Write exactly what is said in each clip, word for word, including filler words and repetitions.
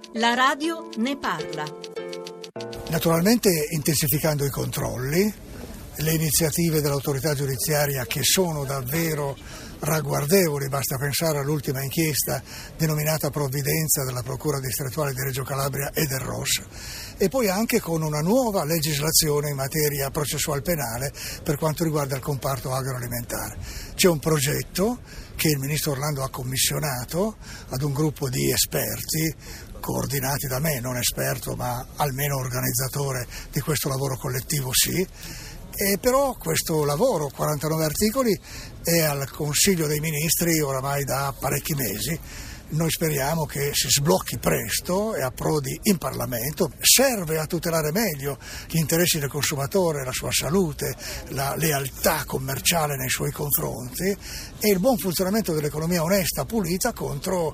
La radio ne parla. Naturalmente intensificando i controlli, le iniziative dell'autorità giudiziaria che sono davvero ragguardevoli, basta pensare all'ultima inchiesta denominata Provvidenza della Procura distrettuale di Reggio Calabria e del R O S, e poi anche con una nuova legislazione in materia processual penale per quanto riguarda il comparto agroalimentare. C'è un progetto che il ministro Orlando ha commissionato ad un gruppo di esperti coordinati da me, non esperto ma almeno organizzatore di questo lavoro collettivo sì. E però questo lavoro, quarantanove articoli, è al Consiglio dei Ministri oramai da parecchi mesi. Noi speriamo che si sblocchi presto e approdi in Parlamento. Serve a tutelare meglio gli interessi del consumatore, la sua salute, la lealtà commerciale nei suoi confronti e il buon funzionamento dell'economia onesta, pulita contro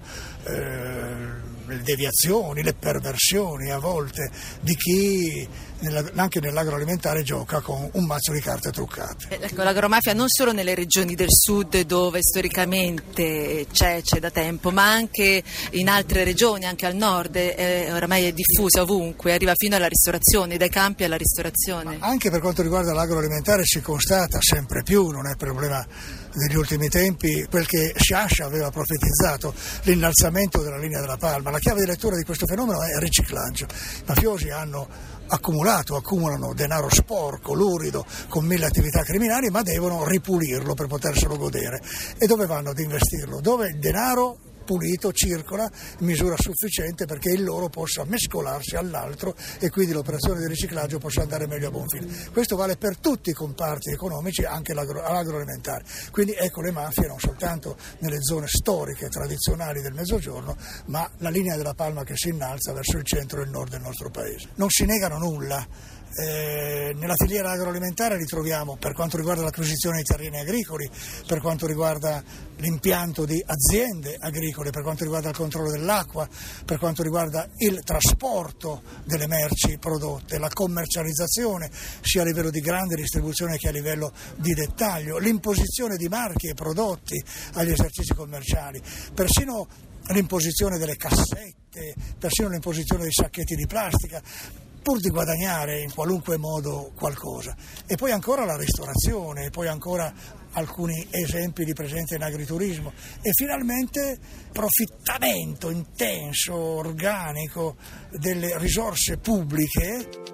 eh, le deviazioni, le perversioni a volte di chi anche nell'agroalimentare gioca con un mazzo di carte truccate. Ecco, l'agromafia non solo nelle regioni del sud dove storicamente c'è, c'è da tempo, ma anche in altre regioni, anche al nord, è, oramai è diffusa ovunque, arriva fino alla ristorazione, dai campi alla ristorazione. Ma anche per quanto riguarda l'agroalimentare si constata sempre più, non è problema degli ultimi tempi, quel che Sciascia aveva profetizzato, l'innalzamento della linea della palma. La chiave di lettura di questo fenomeno è il riciclaggio. I mafiosi hanno accumulato, accumulano denaro sporco, lurido, con mille attività criminali, ma devono ripulirlo per poterselo godere. E dove vanno ad investirlo? Dove il denaro pulito circola in misura sufficiente perché il loro possa mescolarsi all'altro e quindi l'operazione di riciclaggio possa andare meglio a buon fine. Questo vale per tutti i comparti economici, anche l'agro, l'agroalimentare. Quindi ecco le mafie non soltanto nelle zone storiche tradizionali del Mezzogiorno, ma la linea della palma che si innalza verso il centro e il nord del nostro paese. Non si negano nulla. Eh, nella filiera agroalimentare ritroviamo, per quanto riguarda l'acquisizione di terreni agricoli, per quanto riguarda l'impianto di aziende agricole, per quanto riguarda il controllo dell'acqua, per quanto riguarda il trasporto delle merci prodotte, la commercializzazione sia a livello di grande distribuzione che a livello di dettaglio, l'imposizione di marchi e prodotti agli esercizi commerciali, persino l'imposizione delle cassette, persino l'imposizione dei sacchetti di plastica, pur di guadagnare in qualunque modo qualcosa. E poi ancora la ristorazione, e poi ancora alcuni esempi di presenza in agriturismo e finalmente profittamento intenso, organico delle risorse pubbliche